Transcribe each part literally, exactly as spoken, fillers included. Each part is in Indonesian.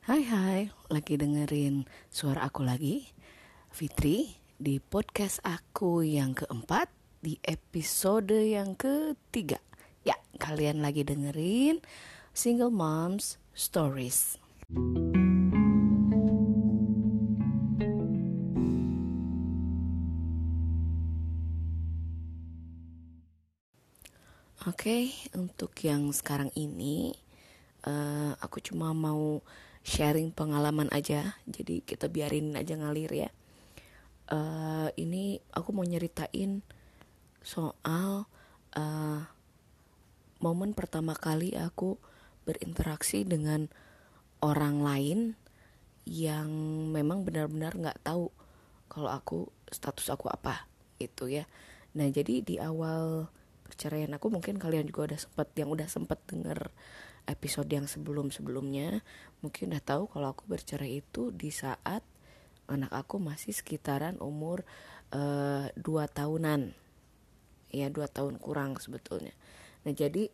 Hai hai, lagi dengerin suara aku lagi, Fitri, di podcast aku yang keempat, di episode yang ketiga. Ya, kalian lagi dengerin Single Moms Stories. Oke, untuk yang sekarang ini uh, aku cuma mau sharing pengalaman aja. Jadi kita biarin aja ngalir ya. uh, Ini aku mau nyeritain soal uh, momen pertama kali aku berinteraksi dengan orang lain yang memang benar-benar nggak tahu kalau aku status aku apa itu ya. Nah jadi di awal perceraian aku, mungkin kalian juga udah sempet yang udah sempet denger episode yang sebelum-sebelumnya mungkin udah tahu kalau aku bercerai itu di saat anak aku masih sekitaran umur uh, dua tahunan, ya dua tahun kurang sebetulnya. Nah jadi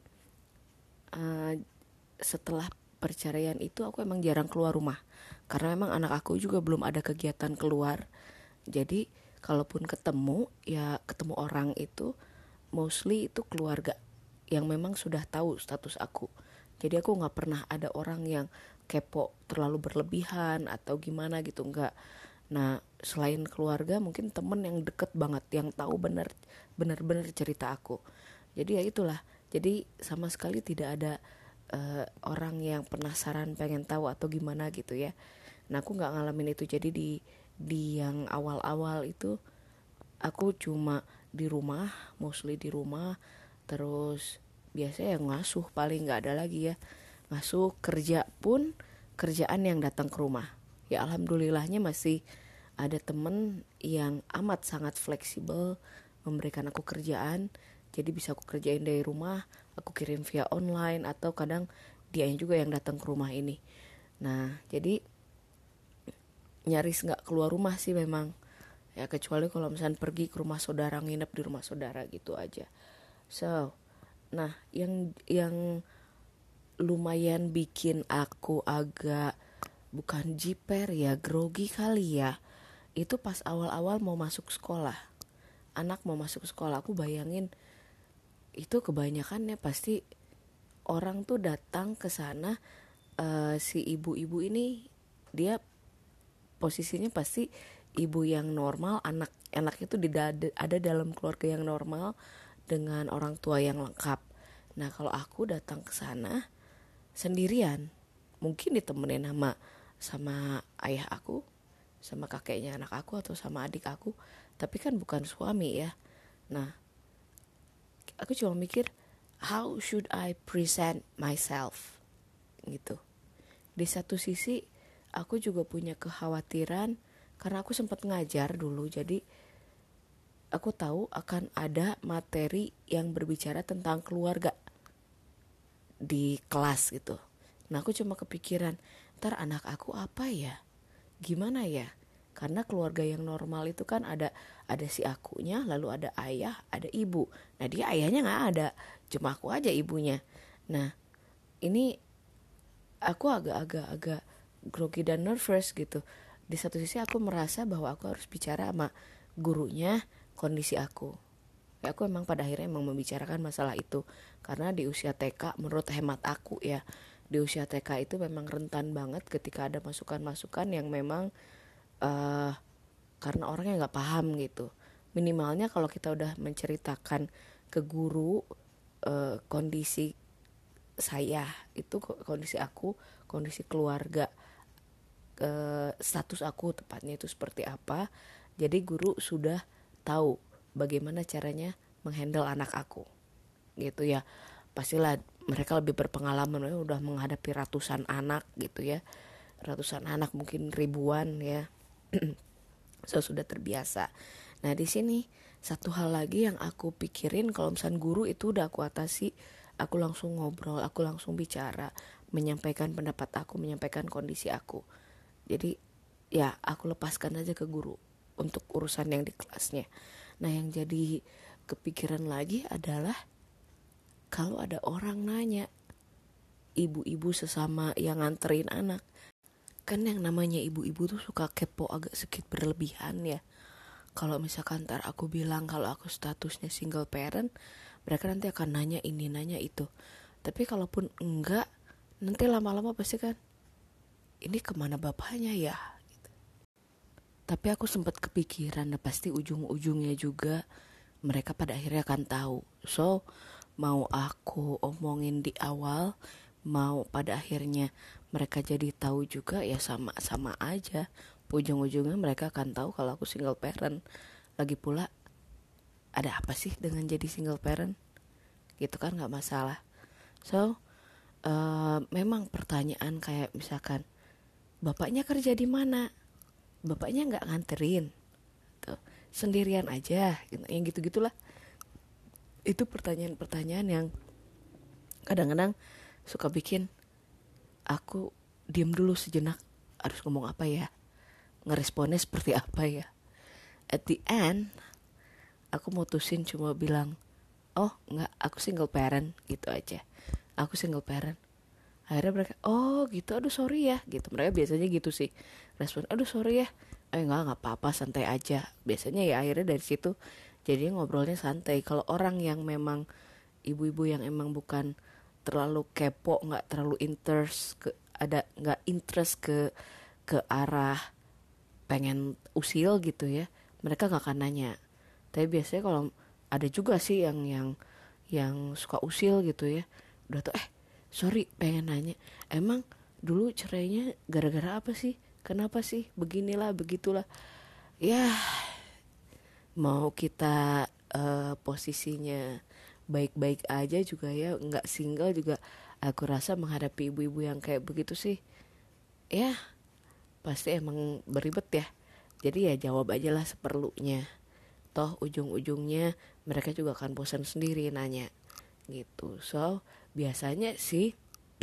uh, setelah perceraian itu aku emang jarang keluar rumah karena memang anak aku juga belum ada kegiatan keluar. Jadi kalaupun ketemu ya ketemu orang itu mostly itu keluarga yang memang sudah tahu status aku. Jadi aku nggak pernah ada orang yang kepo terlalu berlebihan atau gimana gitu, nggak. Nah selain keluarga mungkin temen yang deket banget yang tahu benar benar-benar cerita aku. Jadi ya itulah. Jadi sama sekali tidak ada uh, orang yang penasaran pengen tahu atau gimana gitu ya. Nah aku nggak ngalamin itu. Jadi di di yang awal-awal itu aku cuma di rumah, mostly di rumah. Terus biasanya yang ngasuh, paling nggak ada lagi ya ngasuh. Kerja pun kerjaan yang datang ke rumah. Ya alhamdulillahnya masih ada temen yang amat sangat fleksibel memberikan aku kerjaan. Jadi bisa aku kerjain dari rumah, aku kirim via online atau kadang dianya juga yang datang ke rumah ini. Nah jadi nyaris nggak keluar rumah sih memang. Ya kecuali kalau misalnya pergi ke rumah saudara, nginep di rumah saudara gitu aja. So, nah yang yang lumayan bikin aku agak bukan jiper ya, grogi kali ya. Itu pas awal-awal mau masuk sekolah. Anak mau masuk sekolah, aku bayangin itu kebanyakan ya pasti orang tuh datang ke sana. Uh, si ibu-ibu ini dia posisinya pasti ibu yang normal, anak anak itu ada dalam keluarga yang normal dengan orang tua yang lengkap. Nah kalau aku datang ke sana sendirian, mungkin ditemenin sama sama ayah aku, sama kakeknya anak aku atau sama adik aku, tapi kan bukan suami ya. Nah aku cuma mikir, how should I present myself gitu. Di satu sisi aku juga punya kekhawatiran karena aku sempat ngajar dulu, jadi aku tahu akan ada materi yang berbicara tentang keluarga di kelas gitu. Nah aku cuma kepikiran, ntar anak aku apa ya, gimana ya, karena keluarga yang normal itu kan ada ada si akunya, lalu ada ayah, ada ibu. Nah dia ayahnya nggak ada, cuma aku aja ibunya. Nah ini aku agak-agak agak grogi dan nervous gitu. Di satu sisi aku merasa bahwa aku harus bicara sama gurunya kondisi aku. Ya aku emang pada akhirnya emang membicarakan masalah itu karena di usia T K menurut hemat aku ya, di usia T K itu memang rentan banget ketika ada masukan-masukan yang memang uh, karena orangnya nggak paham gitu. Minimalnya kalau kita udah menceritakan ke guru uh, kondisi saya itu, kondisi aku, kondisi keluarga, uh, status aku tepatnya itu seperti apa, jadi guru sudah tahu bagaimana caranya menghandle anak aku gitu ya. Pastilah mereka lebih berpengalaman, mereka udah menghadapi ratusan anak gitu ya, ratusan anak mungkin ribuan ya. So sudah terbiasa. Nah di sini satu hal lagi yang aku pikirin, kalau misalnya guru itu udah aku atasi, aku langsung ngobrol, aku langsung bicara, menyampaikan pendapat aku, menyampaikan kondisi aku. Jadi ya aku lepaskan aja ke guru untuk urusan yang di kelasnya. Nah yang jadi kepikiran lagi adalah kalau ada orang nanya, ibu-ibu sesama yang nganterin anak, Kan yang namanya ibu-ibu tuh suka kepo agak sedikit berlebihan ya. Kalau misalkan ntar aku bilang kalau aku statusnya single parent, mereka nanti akan nanya ini nanya itu. Tapi kalaupun enggak, nanti lama-lama pasti kan, ini kemana bapaknya ya. Tapi aku sempat kepikiran, nah pasti ujung-ujungnya juga mereka pada akhirnya akan tahu. So mau aku omongin di awal, mau pada akhirnya mereka jadi tahu juga, ya sama-sama aja. Ujung-ujungnya mereka akan tahu kalau aku single parent. Lagi pula ada apa sih dengan jadi single parent? Gitu kan gak masalah. So uh, memang pertanyaan kayak misalkan, bapaknya kerja di mana? Bapaknya nggak nganterin, tuh, sendirian aja, gitu. Yang gitu-gitulah. Itu pertanyaan-pertanyaan yang kadang-kadang suka bikin aku diam dulu sejenak. Harus ngomong apa ya? Ngeresponnya seperti apa ya? At the end, aku mutusin cuma bilang, oh nggak, aku single parent, gitu aja. Aku single parent. Akhirnya mereka, oh gitu, aduh sorry ya, gitu. Mereka biasanya gitu sih respon, aduh sorry ya, eh nggak nggak apa-apa, santai aja. Biasanya ya akhirnya dari situ jadi ngobrolnya santai. Kalau orang yang memang ibu-ibu yang emang bukan terlalu kepo, nggak terlalu interest ke, ada nggak interest ke ke arah pengen usil gitu ya, mereka nggak akan nanya. Tapi biasanya kalau ada juga sih yang yang yang suka usil gitu ya, udah tuh eh sorry pengen nanya, emang dulu cerainya gara-gara apa sih, kenapa sih, beginilah begitulah. Ya mau kita uh, posisinya baik-baik aja juga ya, nggak single juga, aku rasa menghadapi ibu-ibu yang kayak begitu sih ya pasti emang beribet ya. Jadi ya jawab aja lah seperlunya, toh ujung-ujungnya mereka juga akan bosan sendiri nanya gitu. So biasanya sih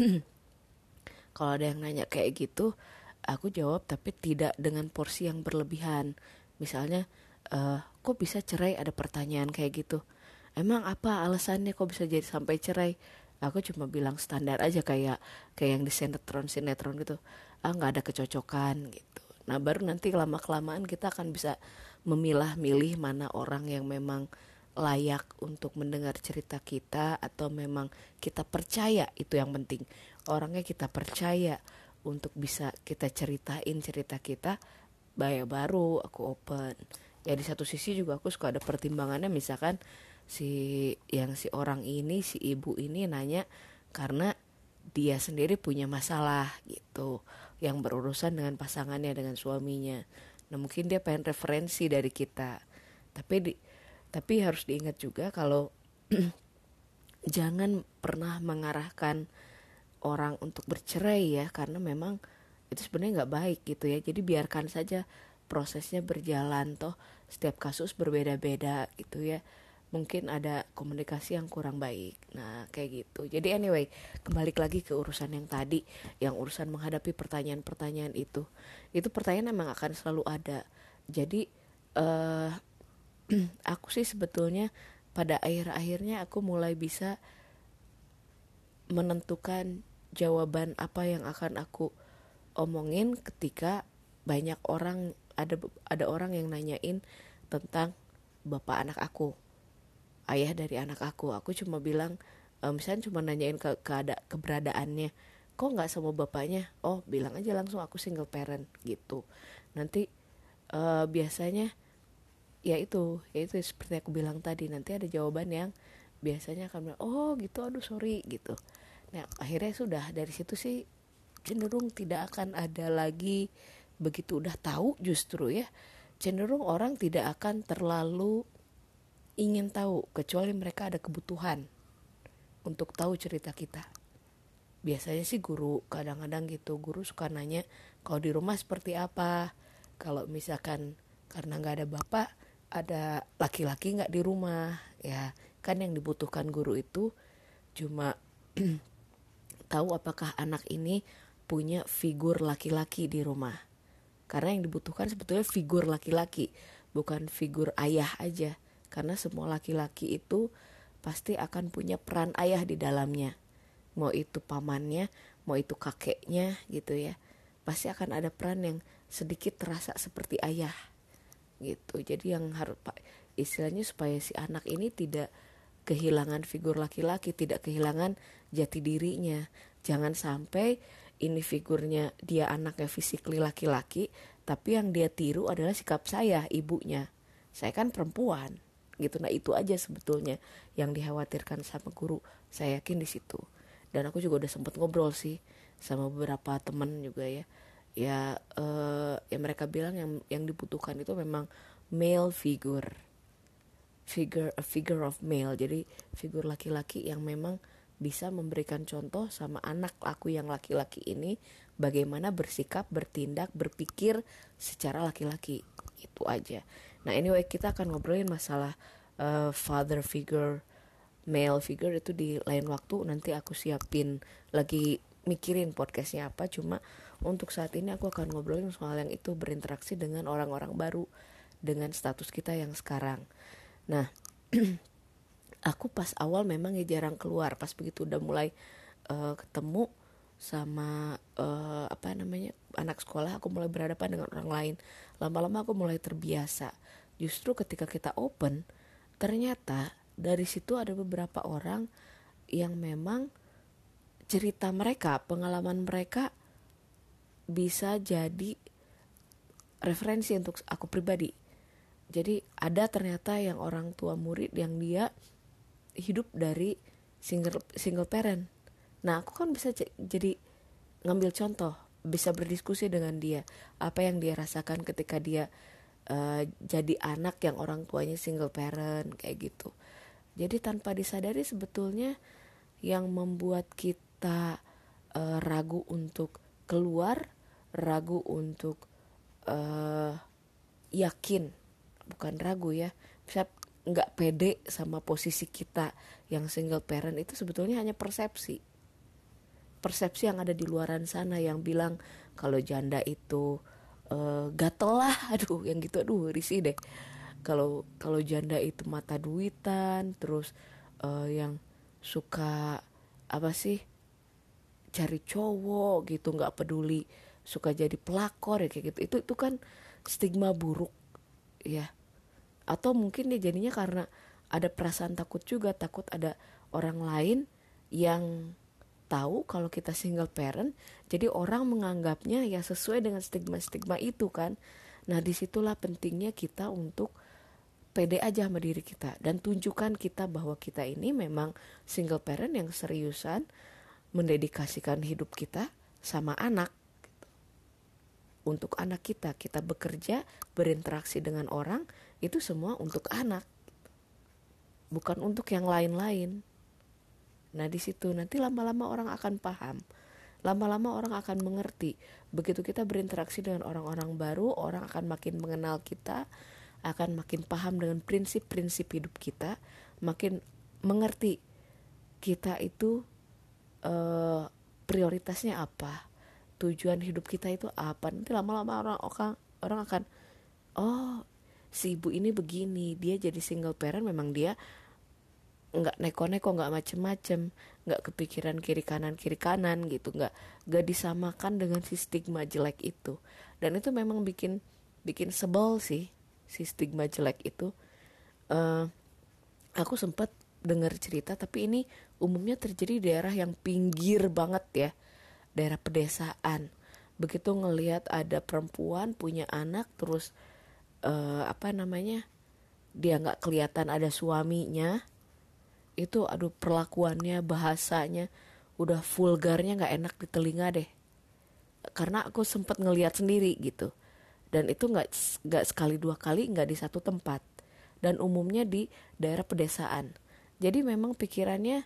kalau ada yang nanya kayak gitu, aku jawab tapi tidak dengan porsi yang berlebihan. Misalnya, uh, kok bisa cerai, ada pertanyaan kayak gitu, emang apa alasannya kok bisa jadi sampai cerai? Aku cuma bilang standar aja, kayak kayak yang di sinetron sinetron gitu, ah nggak ada kecocokan gitu. Nah baru nanti lama kelamaan kita akan bisa memilah-milih mana orang yang memang layak untuk mendengar cerita kita, atau memang kita percaya, itu yang penting, orangnya kita percaya untuk bisa kita ceritain cerita kita, bayar baru aku open. Ya di satu sisi juga aku suka ada pertimbangannya, misalkan si yang si orang ini, si ibu ini nanya karena dia sendiri punya masalah gitu, yang berurusan dengan pasangannya, dengan suaminya. Nah mungkin dia pengen referensi dari kita. Tapi di Tapi harus diingat juga kalau jangan pernah mengarahkan orang untuk bercerai ya, karena memang itu sebenarnya nggak baik gitu ya. Jadi biarkan saja prosesnya berjalan, toh setiap kasus berbeda-beda gitu ya. Mungkin ada komunikasi yang kurang baik. Nah kayak gitu. Jadi anyway, kembali lagi ke urusan yang tadi, yang urusan menghadapi pertanyaan-pertanyaan itu. Itu pertanyaan memang akan selalu ada. Jadi uh, aku sih sebetulnya pada akhir-akhirnya aku mulai bisa menentukan jawaban apa yang akan aku omongin ketika banyak orang, ada ada orang yang nanyain tentang bapak anak aku, ayah dari anak aku. Aku cuma bilang, e, misalnya cuma nanyain ke keada, keberadaannya, kok nggak sama bapaknya, oh bilang aja langsung aku single parent gitu. Nanti uh, biasanya ya itu, ya itu seperti aku bilang tadi, nanti ada jawaban yang biasanya akan bilang, oh gitu, aduh sorry gitu. Nah akhirnya sudah dari situ sih cenderung tidak akan ada lagi, begitu udah tahu justru ya, cenderung orang tidak akan terlalu ingin tahu, kecuali mereka ada kebutuhan untuk tahu cerita kita. Biasanya sih guru kadang-kadang gitu, guru suka nanya kalau di rumah seperti apa, kalau misalkan karena nggak ada bapak, ada laki-laki nggak di rumah ya kan. Yang dibutuhkan guru itu cuma tahu apakah anak ini punya figur laki-laki di rumah, karena yang dibutuhkan sebetulnya figur laki-laki, bukan figur ayah aja, karena semua laki-laki itu pasti akan punya peran ayah di dalamnya, mau itu pamannya, mau itu kakeknya gitu ya, pasti akan ada peran yang sedikit terasa seperti ayah gitu. Jadi yang harus istilahnya supaya si anak ini tidak kehilangan figur laki-laki, tidak kehilangan jati dirinya. Jangan sampai ini figurnya dia anaknya physically laki-laki, tapi yang dia tiru adalah sikap saya, ibunya. Saya kan perempuan, gitu. Nah itu aja sebetulnya yang dikhawatirkan sama guru. Saya yakin di situ. Dan aku juga udah sempet ngobrol sih sama beberapa teman juga ya. Ya, uh, ya mereka bilang yang yang dibutuhkan itu memang male figure. figure a figure of male, jadi figur laki-laki yang memang bisa memberikan contoh sama anak aku yang laki-laki ini bagaimana bersikap, bertindak, berpikir secara laki-laki. Itu aja. Nah anyway, kita akan ngobrolin masalah uh, father figure, male figure itu di lain waktu. Nanti aku siapin lagi mikirin podcastnya apa. Cuma untuk saat ini aku akan ngobrolin soal yang itu, berinteraksi dengan orang-orang baru dengan status kita yang sekarang. Nah, aku pas awal memang ya jarang keluar. Pas begitu udah mulai uh, ketemu sama uh, apa namanya anak sekolah, aku mulai berhadapan dengan orang lain. Lama-lama aku mulai terbiasa. Justru ketika kita open, ternyata dari situ ada beberapa orang yang memang cerita mereka, pengalaman mereka bisa jadi referensi untuk aku pribadi. Jadi ada ternyata yang orang tua murid yang dia hidup dari single single parent. Nah aku kan bisa j- jadi ngambil contoh, bisa berdiskusi dengan dia apa yang dia rasakan ketika dia uh, jadi anak yang orang tuanya single parent kayak gitu. Jadi tanpa disadari sebetulnya yang membuat kita uh, ragu untuk keluar, ragu untuk uh, yakin, bukan ragu ya, bisa nggak pede sama posisi kita yang single parent itu sebetulnya hanya persepsi. Persepsi yang ada di luaran sana yang bilang kalau janda itu uh, gatel lah, aduh yang gitu aduh risih deh. Kalau kalau janda itu mata duitan, terus uh, yang suka apa sih cari cowok gitu, nggak peduli, suka jadi pelakor ya kayak gitu. Itu itu kan stigma buruk ya. Atau mungkin dia jadinya karena ada perasaan takut juga, takut ada orang lain yang tahu kalau kita single parent, jadi orang menganggapnya ya sesuai dengan stigma-stigma itu kan. Nah disitulah pentingnya kita untuk pede aja sama diri kita dan tunjukkan kita bahwa kita ini memang single parent yang seriusan mendedikasikan hidup kita sama anak. Untuk anak kita, kita bekerja, berinteraksi dengan orang, itu semua untuk anak, bukan untuk yang lain-lain. Nah di situ nanti lama-lama orang akan paham, lama-lama orang akan mengerti. Begitu kita berinteraksi dengan orang-orang baru, orang akan makin mengenal kita, akan makin paham dengan prinsip-prinsip hidup kita, makin mengerti kita itu uh, prioritasnya apa, tujuan hidup kita itu apa. Nanti lama-lama orang orang orang akan, oh si ibu ini begini, dia jadi single parent memang dia nggak neko-neko, nggak macem-macem, nggak kepikiran kiri kanan kiri kanan gitu, nggak nggak disamakan dengan si stigma jelek itu. Dan itu memang bikin bikin sebel sih si stigma jelek itu. Uh, aku sempat dengar cerita, tapi ini umumnya terjadi di daerah yang pinggir banget ya, daerah pedesaan. Begitu ngelihat ada perempuan punya anak, terus uh, apa namanya, dia nggak kelihatan ada suaminya, itu aduh perlakuannya, bahasanya udah vulgarnya nggak enak di telinga deh. Karena aku sempat ngelihat sendiri gitu, dan itu nggak nggak sekali dua kali, nggak di satu tempat, dan umumnya di daerah pedesaan. Jadi memang pikirannya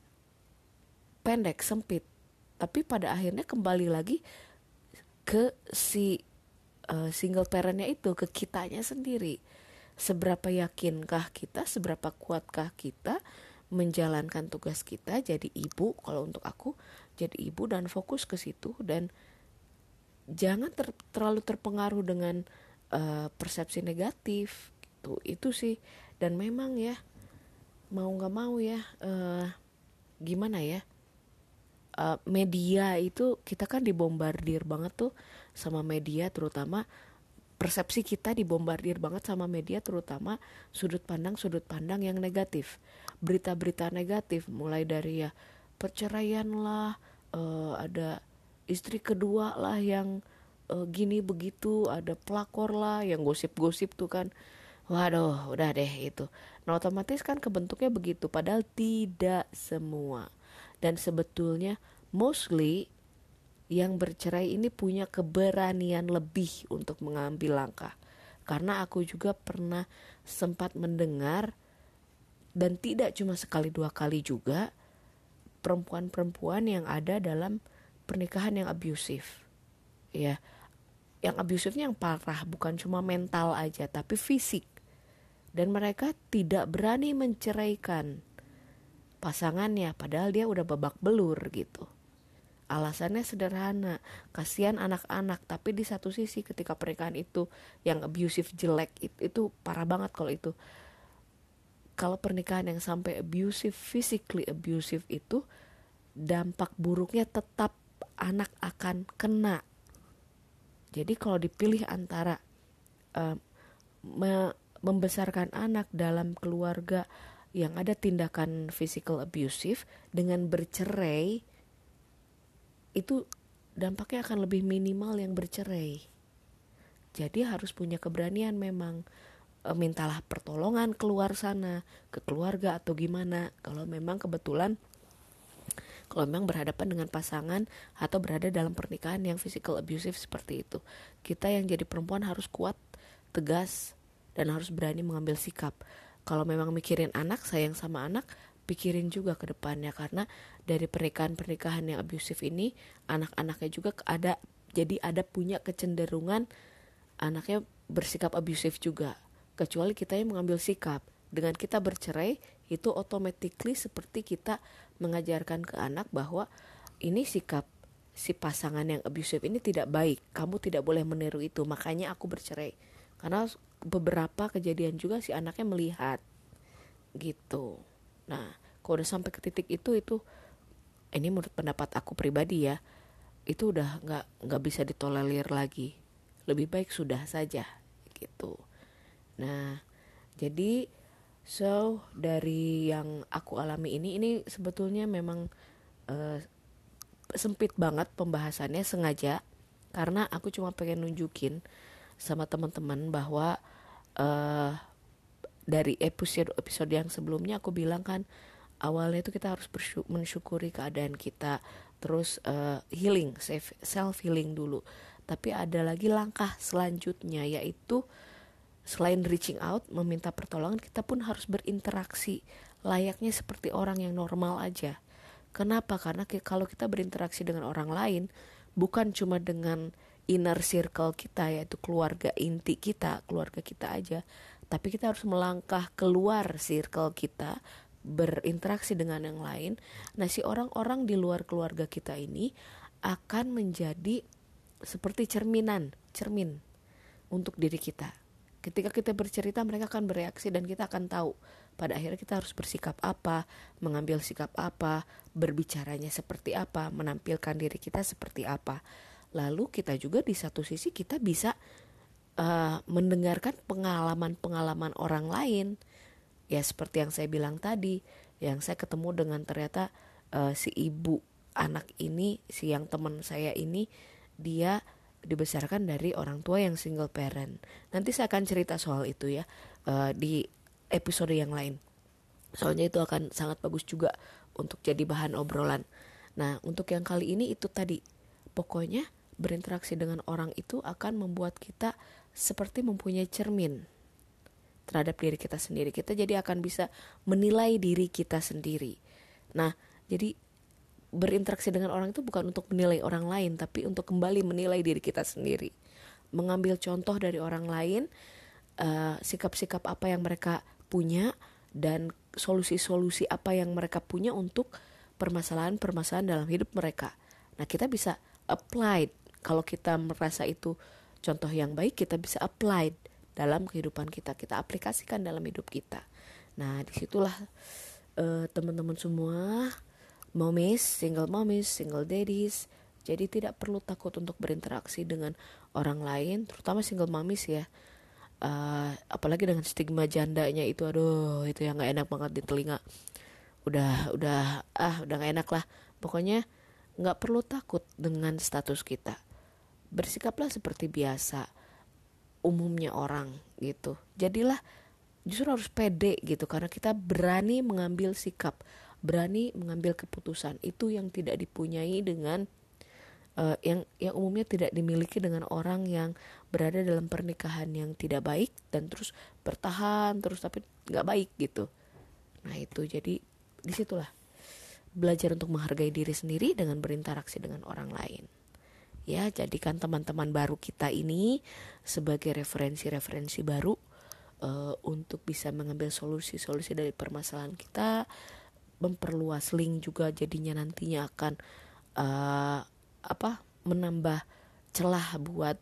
pendek, sempit. Tapi pada akhirnya kembali lagi ke si uh, single parentnya itu, ke kitanya sendiri. Seberapa yakinkah kita, seberapa kuatkah kita menjalankan tugas kita jadi ibu. Kalau untuk aku jadi ibu, dan fokus ke situ, dan jangan ter- terlalu terpengaruh dengan uh, persepsi negatif gitu. Itu sih. Dan memang ya mau nggak mau ya uh, gimana ya, uh, media itu kita kan dibombardir banget tuh sama media, terutama persepsi kita dibombardir banget sama media, terutama sudut pandang sudut pandang yang negatif, berita-berita negatif, mulai dari ya perceraian lah, uh, ada istri kedua lah yang uh, gini begitu, ada pelakor lah yang gosip-gosip tuh kan. Waduh, udah deh itu. Nah, otomatis kan kebentuknya begitu, padahal tidak semua. Dan sebetulnya mostly yang bercerai ini punya keberanian lebih untuk mengambil langkah. Karena aku juga pernah sempat mendengar, dan tidak cuma sekali dua kali juga, perempuan-perempuan yang ada dalam pernikahan yang abusif. Ya, yang abusifnya yang parah, bukan cuma mental aja, tapi fisik. Dan mereka tidak berani menceraikan pasangannya, padahal dia udah babak belur gitu. Alasannya sederhana, kasihan anak-anak. Tapi di satu sisi ketika pernikahan itu yang abusive, jelek, itu, itu parah banget kalau itu. Kalau pernikahan yang sampai abusive, physically abusive itu, dampak buruknya tetap anak akan kena. Jadi kalau dipilih antara uh, me- membesarkan anak dalam keluarga yang ada tindakan physical abusive dengan bercerai, itu dampaknya akan lebih minimal yang bercerai. Jadi harus punya keberanian memang, e, mintalah pertolongan keluar sana ke keluarga atau gimana kalau memang kebetulan kalau memang berhadapan dengan pasangan atau berada dalam pernikahan yang physical abusive seperti itu. Kita yang jadi perempuan harus kuat, tegas, dan harus berani mengambil sikap. Kalau memang mikirin anak, sayang sama anak, pikirin juga ke depannya, karena dari pernikahan-pernikahan yang abusif ini anak-anaknya juga ada, jadi ada punya kecenderungan anaknya bersikap abusif juga, kecuali kita yang mengambil sikap. Dengan kita bercerai itu automatically seperti kita mengajarkan ke anak bahwa ini sikap si pasangan yang abusif ini tidak baik, kamu tidak boleh meniru itu, makanya aku bercerai. Karena beberapa kejadian juga si anaknya melihat gitu. Nah, kalau udah sampai ke titik itu, itu ini menurut pendapat aku pribadi ya, itu udah nggak nggak bisa ditolerir lagi. Lebih baik sudah saja gitu. Nah, jadi so dari yang aku alami ini, ini sebetulnya memang uh, sempit banget pembahasannya sengaja, karena aku cuma pengen nunjukin sama teman-teman bahwa uh, dari episode episode yang sebelumnya aku bilang kan, awalnya itu kita harus bersyukur, mensyukuri keadaan kita, terus uh, healing, self healing dulu. Tapi ada lagi langkah selanjutnya, yaitu selain reaching out, meminta pertolongan, kita pun harus berinteraksi layaknya seperti orang yang normal aja. Kenapa? Karena kalau kita berinteraksi dengan orang lain, bukan cuma dengan inner circle kita, yaitu keluarga inti kita, keluarga kita aja, tapi kita harus melangkah keluar circle kita, berinteraksi dengan yang lain. Nah, si orang-orang di luar keluarga kita ini akan menjadi seperti cerminan, cermin untuk diri kita. Ketika kita bercerita, mereka akan bereaksi dan kita akan tahu pada akhirnya kita harus bersikap apa, mengambil sikap apa, berbicaranya seperti apa, menampilkan diri kita seperti apa. Lalu kita juga di satu sisi kita bisa uh, mendengarkan pengalaman-pengalaman orang lain. Ya seperti yang saya bilang tadi, yang saya ketemu dengan ternyata uh, si ibu anak ini, si yang teman saya ini, dia dibesarkan dari orang tua yang single parent. Nanti saya akan cerita soal itu ya uh, di episode yang lain. Soalnya itu akan sangat bagus juga untuk jadi bahan obrolan. Nah, untuk yang kali ini itu tadi, pokoknya berinteraksi dengan orang itu akan membuat kita seperti mempunyai cermin terhadap diri kita sendiri. Kita jadi akan bisa menilai diri kita sendiri. Nah, jadi berinteraksi dengan orang itu bukan untuk menilai orang lain, tapi untuk kembali menilai diri kita sendiri. Mengambil contoh dari orang lain, uh, sikap-sikap apa yang mereka punya, dan solusi-solusi apa yang mereka punya untuk permasalahan-permasalahan dalam hidup mereka. Nah, kita bisa apply. Kalau kita merasa itu contoh yang baik, kita bisa apply dalam kehidupan kita, kita aplikasikan dalam hidup kita. Nah, disitulah uh, teman-teman semua, mommies, single mommies, single daddies. Jadi tidak perlu takut untuk berinteraksi dengan orang lain, terutama single mommies ya. Uh, apalagi dengan stigma jandanya itu, aduh, itu yang nggak enak banget di telinga. Udah, udah, ah, udah nggak enak lah. Pokoknya nggak perlu takut dengan status kita. Bersikaplah seperti biasa umumnya orang gitu. Jadilah justru harus pede gitu, karena kita berani mengambil sikap, berani mengambil keputusan. Itu yang tidak dipunyai dengan uh, yang yang umumnya tidak dimiliki dengan orang yang berada dalam pernikahan yang tidak baik dan terus bertahan terus tapi nggak baik gitu. Nah itu, jadi disitulah belajar untuk menghargai diri sendiri dengan berinteraksi dengan orang lain. Ya, jadikan teman-teman baru kita ini sebagai referensi-referensi baru uh, untuk bisa mengambil solusi-solusi dari permasalahan kita, memperluas link juga, jadinya nantinya akan uh, apa menambah celah buat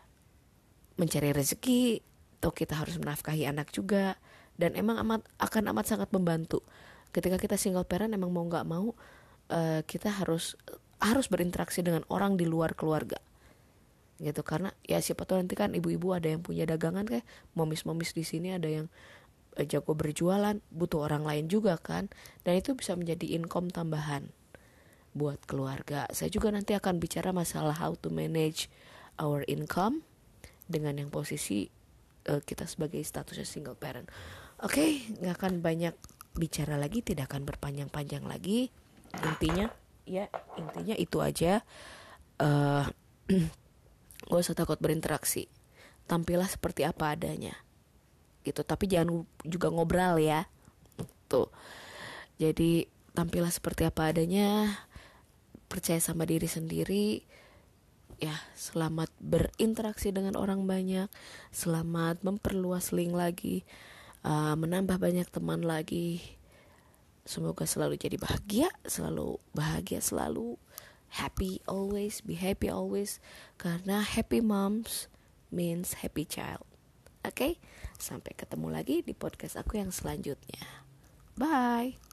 mencari rezeki, atau kita harus menafkahi anak juga, dan emang amat akan amat sangat membantu ketika kita single parent. Emang mau nggak mau uh, kita harus harus berinteraksi dengan orang di luar keluarga gitu, karena ya siapa tahu nanti kan ibu-ibu ada yang punya dagangan, kayak momis-momis di sini ada yang uh, jago berjualan, butuh orang lain juga kan, dan itu bisa menjadi income tambahan buat keluarga. Saya juga nanti akan bicara masalah how to manage our income dengan yang posisi uh, kita sebagai statusnya single parent. Oke, okay, nggak akan banyak bicara lagi, tidak akan berpanjang-panjang lagi. Intinya, ya intinya itu aja. Uh, gak usah takut berinteraksi. Tampillah seperti apa adanya. Gitu. Tapi jangan juga ngobrol ya. Tuh. Jadi tampillah seperti apa adanya. Percaya sama diri sendiri. Ya, selamat berinteraksi dengan orang banyak, selamat memperluas link lagi, uh, menambah banyak teman lagi. Semoga selalu jadi bahagia, selalu bahagia, selalu happy always, be happy always, karena happy moms means happy child. Oke, okay? Sampai ketemu lagi di podcast aku yang selanjutnya. Bye.